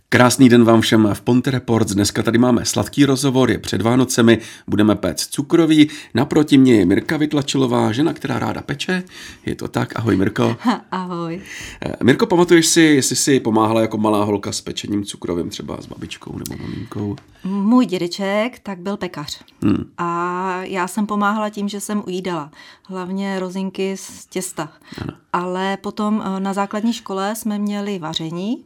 Krásný den vám všem v Ponte Reports. Dneska tady máme sladký rozhovor, je před Vánocemi, budeme péct cukroví. Naproti mě je Mirka Vytlačilová, žena, která ráda peče. Je to tak? Ahoj, Mirko. Ahoj. Mirko, pamatuješ si, jestli jsi pomáhala jako malá holka s pečením cukrovým, třeba s babičkou nebo maminkou? Můj dědeček tak byl pekař. A já jsem pomáhala tím, že jsem ujídala. Hlavně rozinky z těsta. Ano. Ale potom na základní škole jsme měli vaření.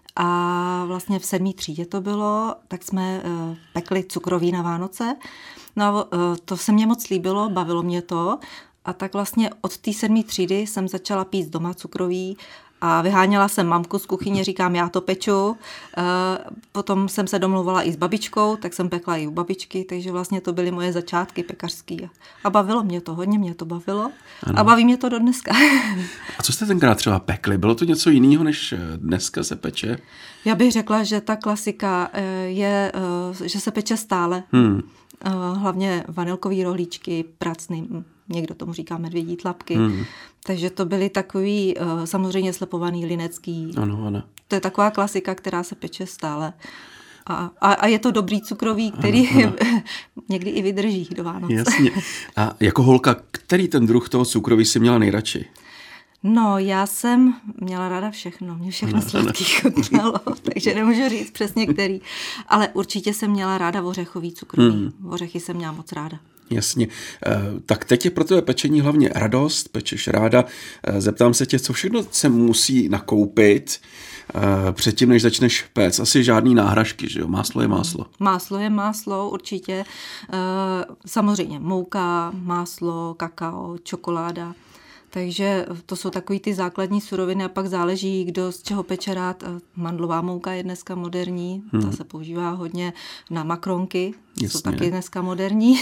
A vlastně v 7. třídě to bylo, tak jsme pekli cukroví na Vánoce. No a to se mně moc líbilo, bavilo mě to. A tak vlastně od té 7. třídy jsem začala pít doma cukroví a vyháněla jsem mamku z kuchyně, říkám, já to peču. Potom jsem se domluvala i s babičkou, tak jsem pekla i u babičky, takže vlastně to byly moje začátky pekařský. A bavilo mě to, hodně mě to bavilo. Ano. A baví mě to do dneska. A co jste tenkrát třeba pekli? Bylo to něco jiného, než dneska se peče? Já bych řekla, že ta klasika je, že se peče stále. Hlavně vanilkový rohlíčky, pracny, někdo tomu říká medvědí tlapky. Takže to byly takový samozřejmě slepovaný linecký. Ano. To je taková klasika, která se peče stále. A je to dobrý cukrový, který ano. Někdy i vydrží do Vánoc. Jasně. A jako holka, který ten druh toho cukroví si měla nejradši? No, já jsem měla ráda všechno. Mě všechno sladký chutnalo, takže nemůžu říct přesně který. Ale určitě jsem měla ráda ořechový cukroví. Ořechy jsem měla moc ráda. Jasně. Tak teď je pro tebe pečení hlavně radost, pečeš ráda. Zeptám se tě, co všechno se musí nakoupit předtím, než začneš péct. Asi žádný náhražky, že jo? Máslo je máslo. Máslo je máslo, určitě. Samozřejmě mouka, máslo, kakao, čokoláda. Takže to jsou takový ty základní suroviny a pak záleží, kdo z čeho peče rád. Mandlová mouka je dneska moderní, ta se používá hodně na makronky, jsou taky dneska moderní.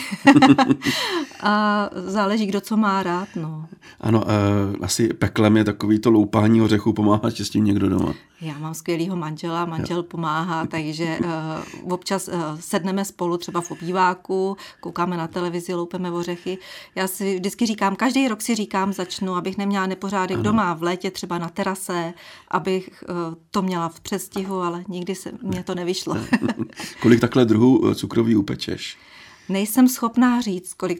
A záleží, kdo co má rád. No. Ano, asi peklem je takový to loupání ořechů, pomáhá ti s tím někdo doma? Já mám skvělýho manžela, manžel pomáhá, takže občas sedneme spolu třeba v obýváku, koukáme na televizi, loupeme ořechy. Já si vždycky říkám, každý rok si říkám, začnu, abych neměla nepořádek doma, v létě třeba na terase, abych to měla v předstihu, ale nikdy se mě to nevyšlo. Kolik takhle druhů cukroví upečeš? Nejsem schopná říct, kolik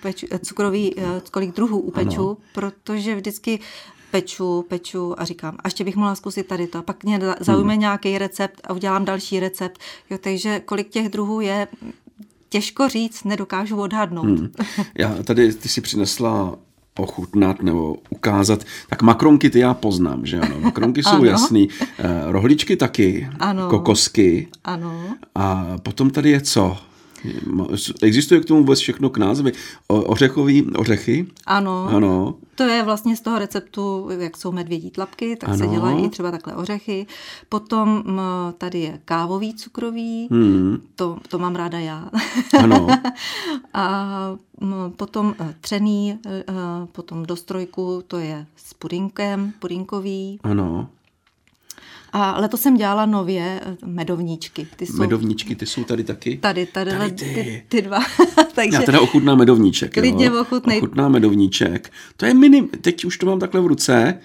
kolik druhů upeču, protože vždycky peču a říkám, a ještě bych mohla zkusit tady to. A pak mě zaujme nějaký recept a udělám další recept. Jo, takže kolik těch druhů je, těžko říct, nedokážu odhadnout. Já tady, ty si přinesla ochutnat nebo ukázat. Tak makronky ty já poznám, že ano. Makronky jsou jasný. Rohličky taky. Ano. Kokosky. Ano. A potom tady je co? Existuje k tomu vůbec všechno k názvy? Ořechy? Ano. To je vlastně z toho receptu, jak jsou medvědí tlapky, tak se dělají i třeba takhle ořechy. Potom tady je kávový cukroví, to mám ráda já. Ano. A potom třený, potom do strojku, to je s pudinkem, pudinkový. Ano. A letos jsem dělala nově medovníčky. Medovníčky, ty jsou tady taky? Tady ty dva. Takže já teda ochutnám medovníček. Klidně ochutnej. Ochutnám medovníček. To je teď už to mám takhle v ruce.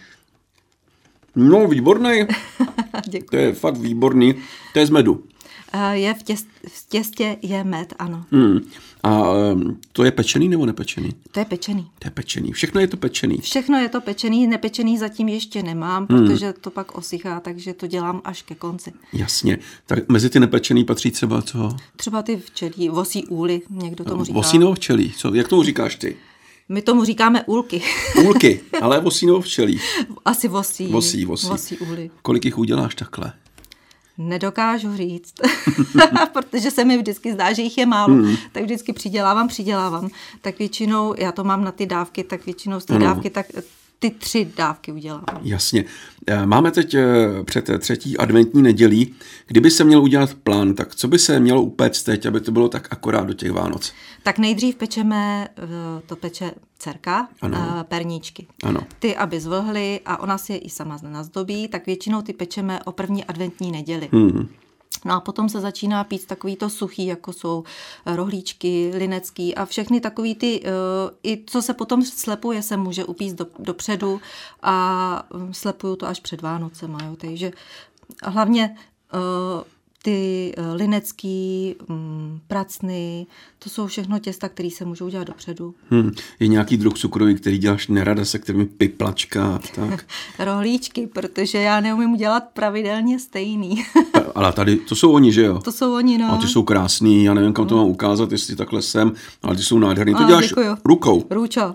No, výborný. To je fakt výborný. To je z medu. Je v těstě je med, ano. A to je pečený nebo nepečený? To je pečený. To je pečený. Všechno je to pečený. Všechno je to pečený, nepečený zatím ještě nemám, protože to pak osychá, takže to dělám až ke konci. Jasně. Tak mezi ty nepečený patří třeba co? Třeba ty včelí, vosí úly, někdo tomu říká. Vosí nebo včelí? Jak tomu říkáš ty? My tomu říkáme úlky. Úlky, ale vosí nebo včelí? Asi vosí. Vosí úly. Kolik jich uděláš takhle? Nedokážu říct, protože se mi vždycky zdá, že jich je málo, tak vždycky přidělávám. Tak většinou, já to mám na ty dávky, tak většinou z té dávky, tak ty 3 dávky udělám. Jasně. Máme teď před 3. adventní nedělí. Kdyby se měl udělat plán, tak co by se mělo upéct teď, aby to bylo tak akorát do těch Vánoc? Tak nejdřív pečeme, to peče dcerka, perníčky. Ano. Ty, aby zvlhly a ona si je i sama nazdobí, tak většinou ty pečeme o 1. adventní neděli. No a potom se začíná pít takový to suchý, jako jsou rohlíčky, linecký a všechny takový ty, i co se potom slepuje, se může upíct dopředu a slepuju to až před Vánocema, jo. Takže hlavně Ty linecký, pracny, to jsou všechno těsta, které se můžou dělat dopředu. Je nějaký druh cukroví, který děláš nerada, se kterými piplačka, tak? Rohlíčky, protože já neumím dělat pravidelně stejný. Ale tady, to jsou oni, že jo? To jsou oni, no. A ty jsou krásný, já nevím, kam to mám ukázat, jestli takhle jsem, ale ty jsou nádherný. To děláš rukou. Růčo.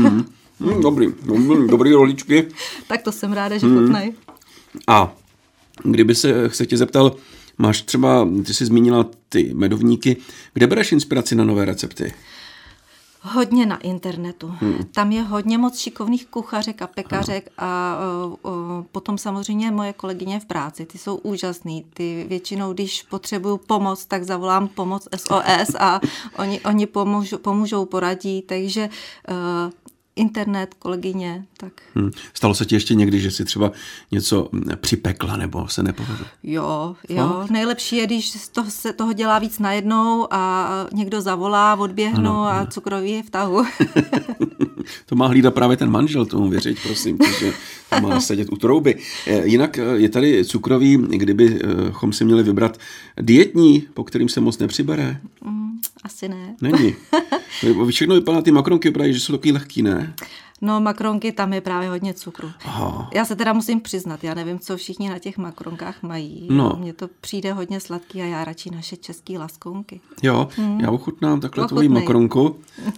Dobrý rohlíčky. Tak to jsem ráda, že chutnají. A kdyby se tě zeptal, máš třeba, ty jsi zmínila ty medovníky, kde bereš inspiraci na nové recepty? Hodně na internetu. Tam je hodně moc šikovných kuchařek a pekařek a potom samozřejmě moje kolegyně v práci, ty jsou úžasný. Ty většinou, když potřebuju pomoc, tak zavolám pomoc SOS a oni pomůžou, poradí, takže internet, kolegyně, tak. Stalo se ti ještě někdy, že jsi třeba něco připekla nebo se nepovedlo? Jo. Nejlepší je, když se toho dělá víc najednou a někdo zavolá, odběhnu a cukroví je v tahu. To má hlídat právě ten manžel, tomu věřit, prosím, protože to má sedět u trouby. Jinak je tady cukroví, kdybychom si měli vybrat dietní, po kterým se moc nepřibere? Asi ne. Není. Všechno vypadá, ty makronky vypadají, že jsou takový lehký, ne? No makronky, tam je právě hodně cukru. Aha. Já se teda musím přiznat, já nevím, co všichni na těch makronkách mají. No. Mně to přijde hodně sladký a já radši naše český laskonky. Jo, já ochutnám takhle tvoji makronku.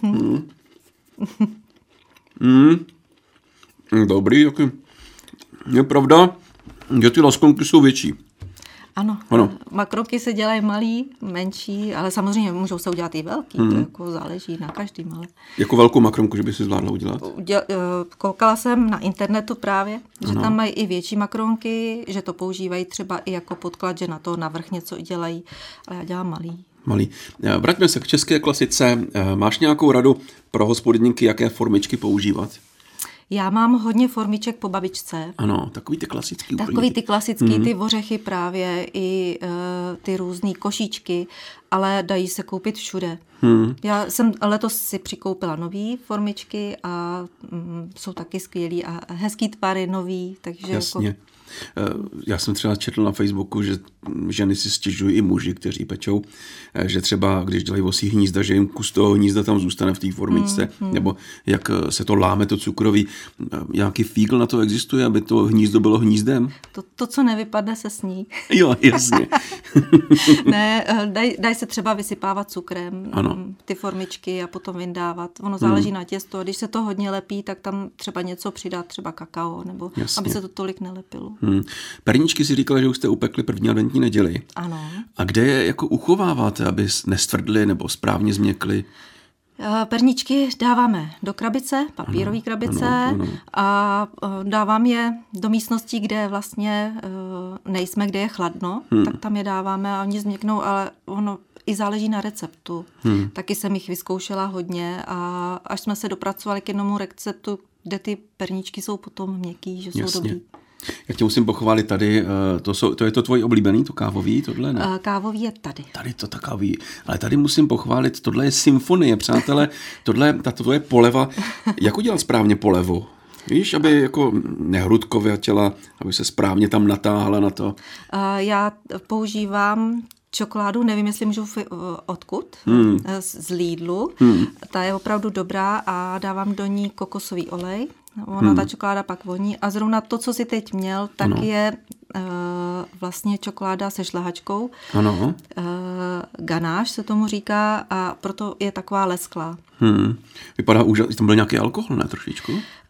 Dobrý, taky. Je pravda, že ty laskonky jsou větší. Ano. Makronky se dělají malý, menší, ale samozřejmě můžou se udělat i velký, to jako záleží na každým. Ale... Jako velkou makronku, že by si zvládla udělat? Koukala jsem na internetu právě, že tam mají i větší makronky, že to používají třeba i jako podklad, že na to navrch něco dělají, ale já dělám malý. Vraťme se k české klasice. Máš nějakou radu pro hospodyníky, jaké formičky používat? Já mám hodně formiček po babičce. Ano, takový ty klasický. Ty ořechy právě, i ty různý košíčky, ale dají se koupit všude. Já jsem letos si přikoupila nový formičky a jsou taky skvělý a hezký tvary nový, takže jasně. Jako... Já jsem třeba četl na Facebooku, že ženy si stěžují i muži, kteří pečou, že třeba když dělají osí hnízda, že jim kus toho hnízda tam zůstane v té formičce, nebo jak se to láme, to cukroví. Nějaký fígl na to existuje, aby to hnízdo bylo hnízdem? To co nevypadne, se sní. Jo, jasně. Ne, daj se třeba vysypávat cukrem, ty formičky a potom vyndávat. Ono záleží na těsto. Když se to hodně lepí, tak tam třeba něco přidat, třeba kakao, nebo jasně. Aby se to tolik nelepilo. Perníčky si říkala, že už jste upekli první adventní neděli. Ano. A kde je jako uchováváte, aby nestvrdly nebo správně změkly? Perníčky dáváme do krabice, papírové krabice a dávám je do místností, kde vlastně nejsme, kde je chladno, tak tam je dáváme a oni změknou, ale ono i záleží na receptu. Taky jsem jich vyzkoušela hodně a až jsme se dopracovali k jednomu receptu, kde ty perníčky jsou potom měkký, že jsou dobrý. Já tě musím pochválit tady, to je to tvoje oblíbený, to kávový, tohle ne? Kávový je tady. Tady to takový, ale tady musím pochválit, tohle je symfonie, přátelé, ta tvoje poleva, jak udělat správně polevu? Víš, aby jako nehrudkovětěla, aby se správně tam natáhla na to. Já používám čokoládu, nevím, jestli můžu odkud, z Lidlu. Ta je opravdu dobrá a dávám do ní kokosový olej. Ona ta čokoláda pak voní a zrovna to, co si teď měl, tak je vlastně čokoláda se šlehačkou. Ano. Ganáš se tomu říká a proto je taková lesklá. Vypadá úžasně. Tam byl nějaký alkohol, ne trošičku?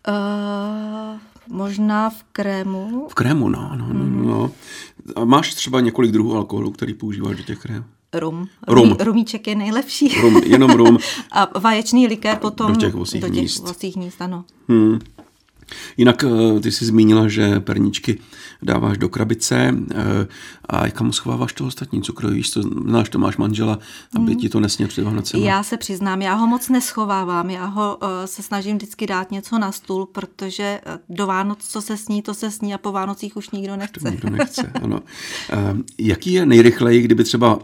Možná v krému. V krému, no. A máš třeba několik druhů alkoholu, který používáš do těch krémů? Rum. Rumíček je nejlepší. Jenom rum. A vaječný likér potom do těch vosích hnízd, ano. Jinak ty jsi zmínila, že perníčky dáváš do krabice a kam schováváš to ostatní cukroví? Víš, znáš, to máš manžela, aby ti to nesněl před Vánocema. Já se přiznám, já ho moc neschovávám, já ho se snažím vždycky dát něco na stůl, protože do Vánoc co se sní a po Vánocích už nikdo nechce. Nikdo nechce, ano. Jaký je nejrychleji, kdyby třeba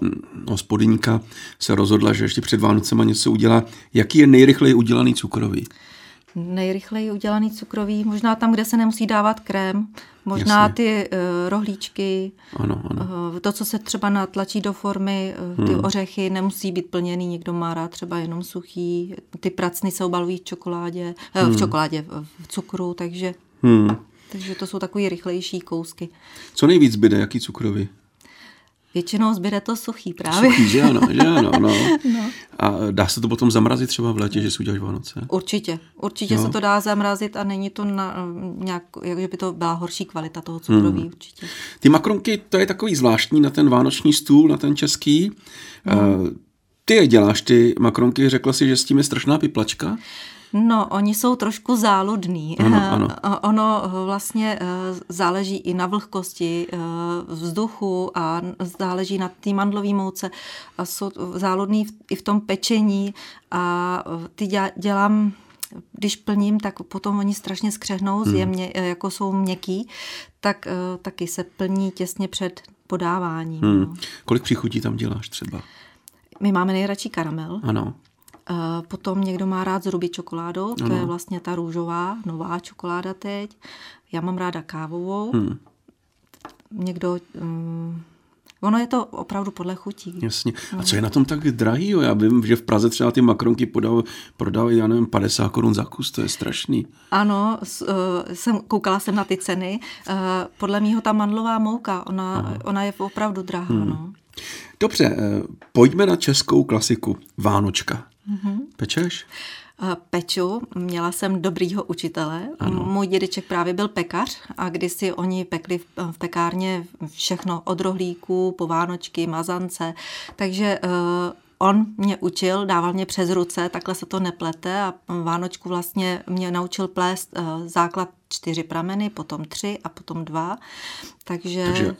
hospodyňka se rozhodla, že ještě před Vánocema něco udělá, jaký je nejrychleji udělaný cukroví? Nejrychleji udělaný cukroví, možná tam, kde se nemusí dávat krém, možná Jasně. ty rohlíčky, Ano. to, co se třeba natlačí do formy, ty ořechy nemusí být plněný, někdo má rád třeba jenom suchý, ty pracny se obalují v čokoládě, v cukru, takže to jsou takový rychlejší kousky. Co nejvíc zbyde, jaký cukroví? Většinou zbyde to suchý právě. Suchý, že ano. No. A dá se to potom zamrazit třeba v létě, že si uděláš Vánoce? Určitě se to dá zamrazit a není to nějak, že by to byla horší kvalita toho cukroví, určitě. Ty makronky, to je takový zvláštní na ten vánoční stůl, na ten český. Ty je děláš, ty makronky, řekla si, že s tím je strašná piplačka? No, oni jsou trošku záludný. Ano. Ono vlastně záleží i na vlhkosti vzduchu a záleží na té mandlové mouce a jsou záludný i v tom pečení a ty dělám, když plním, tak potom oni strašně skřehnou, zjemně, jako jsou měkký, tak taky se plní těsně před podáváním. No. Kolik příchutí tam děláš třeba? My máme nejradši karamel. Ano. Potom někdo má rád s ruby čokoládou, to je vlastně ta růžová, nová čokoláda teď. Já mám ráda kávovou. Někdo... ono je to opravdu podle chutí. Jasně. A co je na tom tak drahý? Já vím, že v Praze třeba ty makronky prodávají, já nevím, 50 korun za kus, to je strašný. Ano, koukala jsem na ty ceny. Podle mýho ta mandlová mouka, ona je opravdu drahá. No. Dobře, pojďme na českou klasiku. Vánočka. Pečeš? Peču, měla jsem dobrýho učitele. Ano. Můj dědeček právě byl pekař a kdysi oni pekli v pekárně všechno od rohlíků, po vánočky, mazance, takže on mě učil, dával mě přes ruce, takhle se to neplete a vánočku vlastně mě naučil plést základ 4 prameny, potom 3 a potom 2. Takže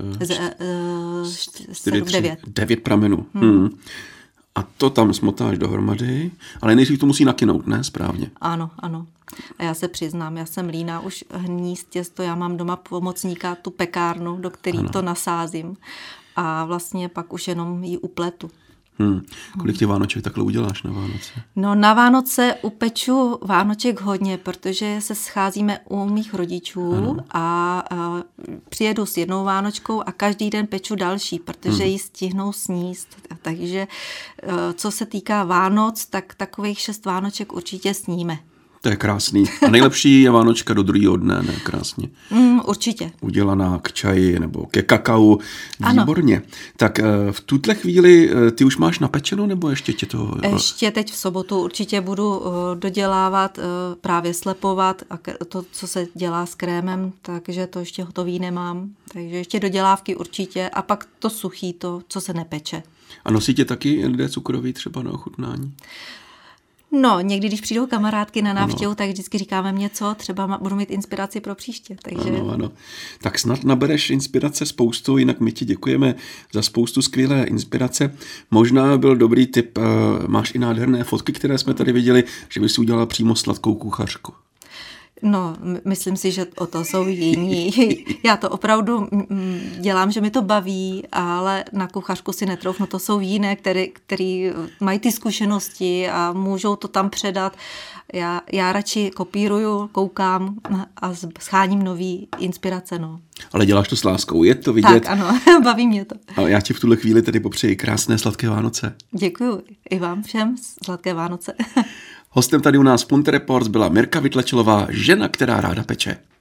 9 pramenů. A to tam smotáš dohromady, ale nejdřív to musí nakynout, ne? Správně. Ano. A já se přiznám, já jsem líná už hnízd těsto, já mám doma pomocníka, tu pekárnu, do který to nasázím a vlastně pak už jenom ji upletu. Kolik těch vánoček takhle uděláš na Vánoce? No na Vánoce upeču vánoček hodně, protože se scházíme u mých rodičů a přijedu s jednou vánočkou a každý den peču další, protože ji stihnou sníst. Takže co se týká Vánoc, tak takových 6 vánoček určitě sníme. To je krásný. A nejlepší je vánočka do druhého dne, ne? Krásně. Určitě. Udělaná k čaji nebo ke kakao. Výborně. Ano. Tak v tuhle chvíli ty už máš napečeno, nebo ještě tě to... Ještě teď v sobotu určitě budu dodělávat, právě slepovat a to, co se dělá s krémem, takže to ještě hotový nemám. Takže ještě dodělávky určitě a pak to suchý, to, co se nepeče. A nosí tě taky lidé cukroví třeba na ochutnání? No, někdy, když přijdou kamarádky na návštěvu, tak vždycky říkáme něco, třeba budu mít inspiraci pro příště. Takže... Ano. Tak snad nabereš inspirace spoustu, jinak my ti děkujeme za spoustu skvělé inspirace. Možná byl dobrý tip, máš i nádherné fotky, které jsme tady viděli, že bys udělala přímo sladkou kuchařku. No, myslím si, že o to jsou jiní. Já to opravdu dělám, že mi to baví, ale na kuchařku si netroufnu. To jsou jiné, který mají ty zkušenosti a můžou to tam předat. Já radši kopíruju, koukám a scháním nový inspirace. No. Ale děláš to s láskou, je to vidět. Tak ano, baví mě to. A já ti v tuhle chvíli tedy popřeji krásné sladké Vánoce. Děkuju i vám všem sladké Vánoce. Hostem tady u nás v Punte Reports byla Mirka Vytlačilová, žena, která ráda peče.